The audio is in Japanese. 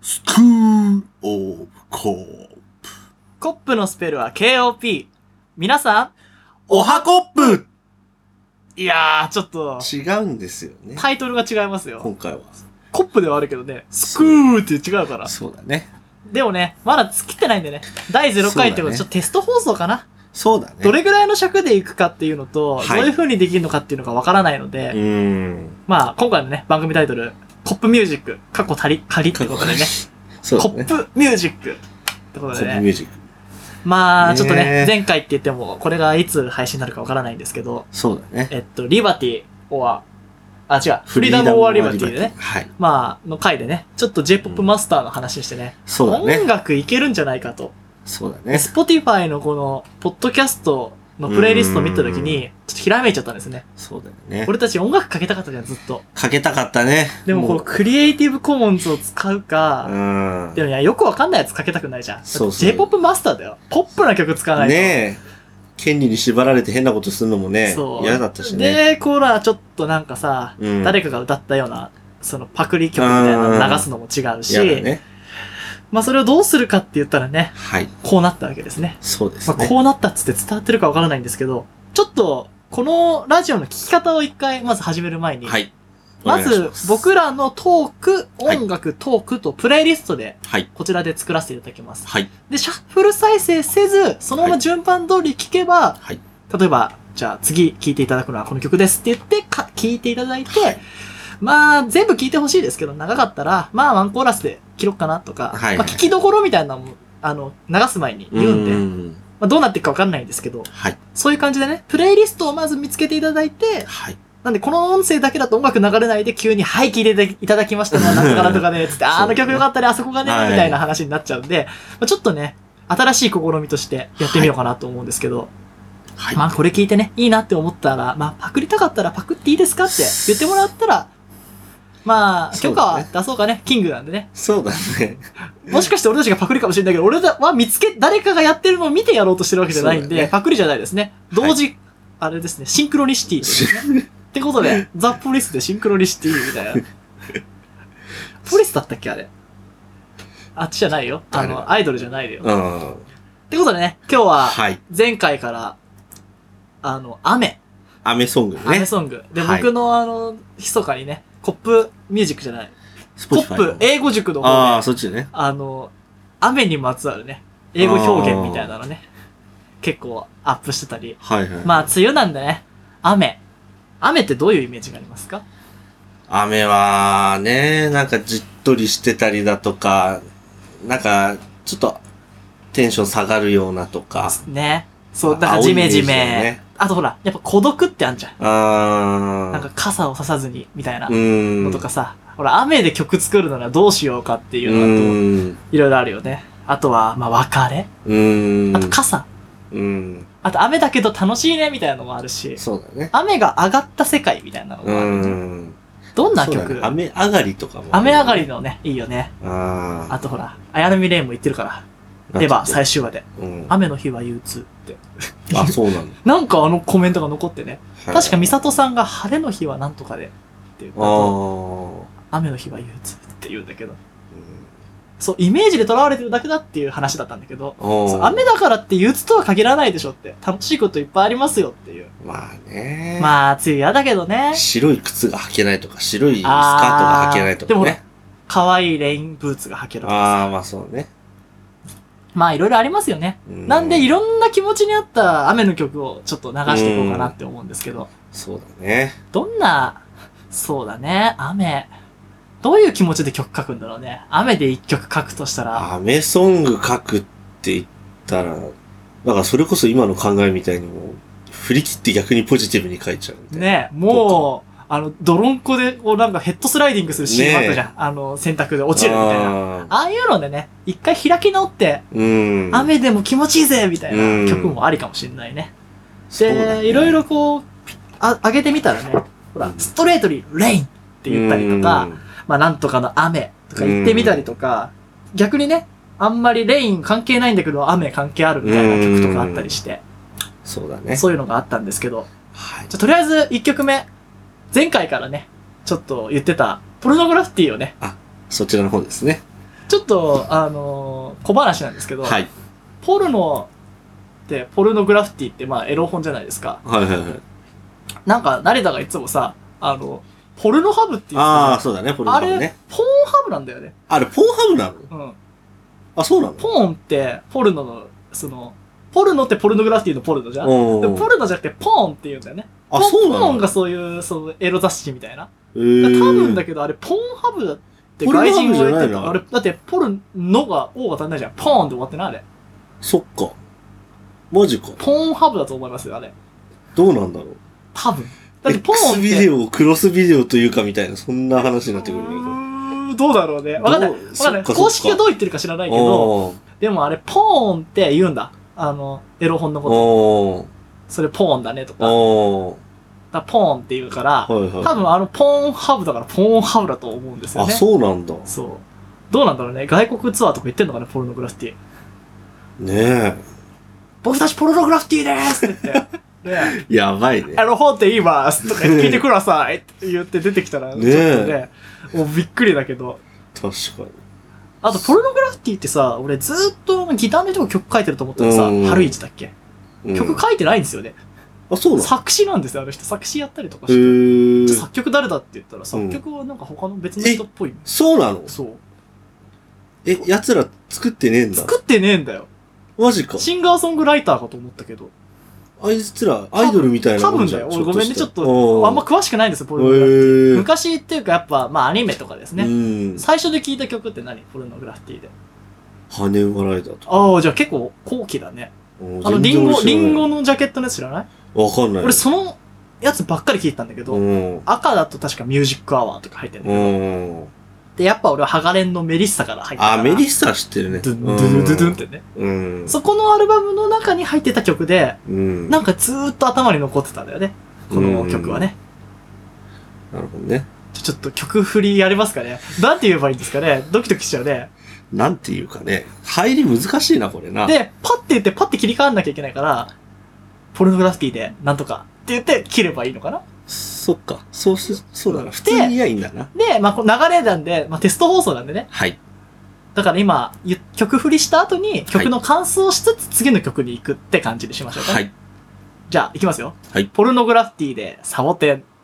スクールオブコープ。 コップのスペルは KOP。皆さん、 おはコップ。 いやー、ちょっと、 違うんですよね。 タイトルが違いますよ。 今回は。 コップではあるけどね、スクーって違うから。 そうだね。 でもね、まだ尽きてないんでね。第0回ってことで、ちょっとテスト放送かな。 そうだね。 どれぐらいの尺でいくかっていうのと、 はいどういう風にできるのかっていうのがわからないので、まあ、今回のね、番組タイトル、コップミュージック、過去仮ってことでね。 そうだね。 コップミュージックってことでコップミュね。 ージック。 まあ、ちょっとねね、 前回って言っても、これがいつ配信になるかわからないんですけど、 そうだね。 リバティ、違う、フリーダムオアリバティでね。 はい。 まあ、の回でね、ちょっと J-POP マスターの話してね、 そうだね。 音楽いけるんじゃないかと。 そうだね。 Spotify のこの、ポッドキャストのプレイリストを見たときに、ちょっとひらめいちゃったんですね。 そうだよね。 俺たち音楽かけたかったじゃん、ずっと。 かけたかったね。 でもこう、クリエイティブコモンズを使うか、でもいや、よくわかんないやつかけたくないじゃん。 そうそう。 J-POP マスターだよ。ポップな曲使わないと。 ねえ。権利に縛られて変なことするのもね、嫌だったしね。 で、こら、ちょっとなんかさ、誰かが歌ったような、そのパクリ曲みたいなの流すのも違うし、 ね、 まあそれをどうするかって言ったらね、 はい。 こうなったわけですね。 そうですね。 まあこうなったっつって伝わってるかわからないんですけど、ちょっと、このラジオの聞き方を一回、まず始める前に、 はい。 まず、僕らのトーク、音楽、トークとプレイリストで、 はい。 こちらで作らせていただきます。 はい。 で、シャッフル再生せず、そのまま順番通り聞けば、 はい。 例えば、じゃあ次聞いていただくのはこの曲ですって言って聞いていただいて、まあ、全部聞いてほしいですけど、長かったら、まあ、ワンコーラスで切ろっかなとか、まあ、聞きどころみたいなのも、流す前に言うんで、まあ、どうなっていくかわかんないんですけど、 はい。 そういう感じでね、プレイリストをまず見つけていただいて、 はい。 なんで、この音声だけだと音楽流れないで急に、はい、聞いていただきましたなんとかなんとかね、つって、あの曲よかったね、あそこがね、みたいな話になっちゃうんで、まあ、ちょっとね、新しい試みとしてやってみようかなと思うんですけど、はい、まあ、これ聞いてね、いいなって思ったら、まあ、パクりたかったらパクっていいですかって言ってもらったら、まあ、許可は出そうかね、キングなんでね。 そうだね。 もしかして俺たちがパクリかもしれないけど、俺は誰かがやってるのを見てやろうとしてるわけじゃないんで、パクリじゃないですね。同時、あれですね、シンクロニシティですね。ってことで、ザ・ポリスでシンクロニシティみたいな。ポリスだったっけあれ。あっちじゃないよ。アイドルじゃないでよ。ってことでね、今日は、前回から、雨ソングね。 雨ソング。で、僕の密かにね、コップミュージックじゃない。コップ英語塾の方で。 ああ、そっちね。 雨にまつわるね、英語表現みたいなのね、結構アップしてたり。 はいはい。 まあ、梅雨なんでね、雨ってどういうイメージがありますか？ 雨はね、なんかじっとりしてたりだとか、なんか、ちょっとテンション下がるようなとか。 ね。そう、だからジメジメ。あとほら、やっぱ孤独ってあんじゃん。なんか傘をささずに、みたいなのとかさ。ほら、雨で曲作るならどうしようかっていうのだと、いろいろあるよね。あとは、まあ、別れあと傘あと雨だけど楽しいね、みたいなのもあるし。 そうだね。 雨が上がった世界みたいなのもある。どんな曲？ 雨上がりとかも。 雨上がりのね、いいよね。あとほら、綾波レイも言ってるから。エヴァ最終話で。雨の日は憂鬱って。 あ、そうなんだ。 なんかコメントが残ってね。確か美里さんが晴れの日はなんとかでって言ったと、雨の日は憂鬱って言うんだけど。そう、イメージでとらわれてるだけだっていう話だったんだけど、雨だからって憂鬱とは限らないでしょって。楽しいこといっぱいありますよっていう。 まあね。 まあ、梅雨嫌だけどね。 白い靴が履けないとか、白いスカートが履けないとかね。でも、 可愛いレインブーツが履けるとかさ。 ああ、まあそうね。 まあいろいろありますよね。なんでいろんな気持ちに合った雨の曲をちょっと流していこうかなって思うんですけど。 そうだね。 そうだね、雨。どういう気持ちで曲書くんだろうね。雨で一曲書くとしたら。 雨ソング書くって言ったら、だからそれこそ今の考えみたいにも振り切って逆にポジティブに書いちゃうみたいな。 ね、もう、泥んこで、なんかヘッドスライディングするシーンあったじゃん。洗濯で落ちるみたいな。ああいうのでね、一回開き直って、雨でも気持ちいいぜみたいな曲もありかもしれないね。で、いろいろこう、上げてみたらね、ほら、ストレートにレインって言ったりとか、まあなんとかの雨とか言ってみたりとか、逆にね、あんまりレイン関係ないんだけど雨関係あるみたいな曲とかあったりして、 そうだね。 そういうのがあったんですけど、じゃとりあえず1曲目、前回からね、ちょっと言ってた、ポルノグラフィティをね。 そちらの方ですね。 ちょっと、小話なんですけど、 はい。 ポルノって、ポルノグラフィティって、まあ、エロ本じゃないですか。 はいはいはい。 なんか、成田がいつもさ、ポルノハブって言ってああ、そうだね、ポルノハブあれね。、 ポーンハブなんだよね。 あれ、ポーハブなの？ うん。 あ、そうなの？ ポーンって、ポルノの、ポルノってポルノグラフィティのポルノじゃん。でポルノじゃなくてポーンって言うんだよね。 あ、そうなの？ ポーンがそういう、エロ雑誌みたいな。多多分だけど、あれ、ポーンハブだって外人は言ってた。 ポルノハブじゃないの？ あれ、だって、ポルノが、O が足んないじゃん。ポーンって終わってないあれ。 そっか。マジか。 ポーンハブだと思いますよ、あれ。 どうなんだろう。 多分。だってポーンっ X て。 ビデオをクロスビデオというかみたいな、そんな話になってくるね。 どうだろうね。わかんない。わかんない。公式がどう言ってるか知らないけど、でもあれ、ポーンって言うんだ。エロ本のこと。それポーンだねとか。だポーンって言うから、多分ポーンハブだからポーンハブだと思うんですよね。 あ、そうなんだ。 そう。どうなんだろうね。外国ツアーとか行ってんのかね、ポルノグラフィティ。 ねえ。 僕たちポルノグラフィティでーすって言って。ねやばいね。 エロ本って言いますとか聞いてくださいって言って出てきたら、ちょっとね、もうびっくりだけど。 確かに。 あと、ポルノグラフィティってさ、俺ずーっとギターの人が曲書いてると思ったらさ、春市だっけ、曲書いてないんですよね。 あ、そうなの？ 作詞なんですよ、あの人。作詞やったりとかして。じゃ作曲誰だって言ったら、作曲はなんか他の別の人っぽい。 そうなの？ そう。 奴ら作ってねえんだ。 作ってねえんだよ。 マジか。 シンガーソングライターかと思ったけど。 あいつら、アイドルみたいなもんじゃん。 多分だよ。俺ごめんね、ちょっと、あんま詳しくないんですよ、ポルノグラフィティ。昔っていうかやっぱ、まあアニメとかですね。最初で聴いた曲って何？ポルノグラフィティで。 羽生ライダーとか。 ああ、じゃあ結構後期だね。リンゴのジャケットのやつ知らない？ わかんない。 俺そのやつばっかり聴いてたんだけど、赤だと確かミュージックアワーとか入ってるんだけど。で、やっぱ俺はハガレンのメリッサから入ってたから。 メリッサ知ってるね。 ドゥンドゥドゥドゥドゥンってね。そこのアルバムの中に入ってた曲で、なんかずーっと頭に残ってたんだよね。この曲はね。 なるほどね。 ちょっと曲振りやれますかね。なんて言えばいいんですかね。ドキドキしちゃうね。 なんていうかね。入り難しいな、これな。 で、パッて言ってパッて切り替わんなきゃいけないから、ポルノグラフィティでなんとかって言って切ればいいのかな。 そっか。そうだな。普通に言えばいいんだな。 で、まあ、流れなんで、まあ、テスト放送なんでね。 はい。 だから今、曲振りした後に曲の感想をしつつ次の曲に行くって感じにしましょうかね。はい。じゃあ、行きますよ。はい。ポルノグラフィティでサボテン。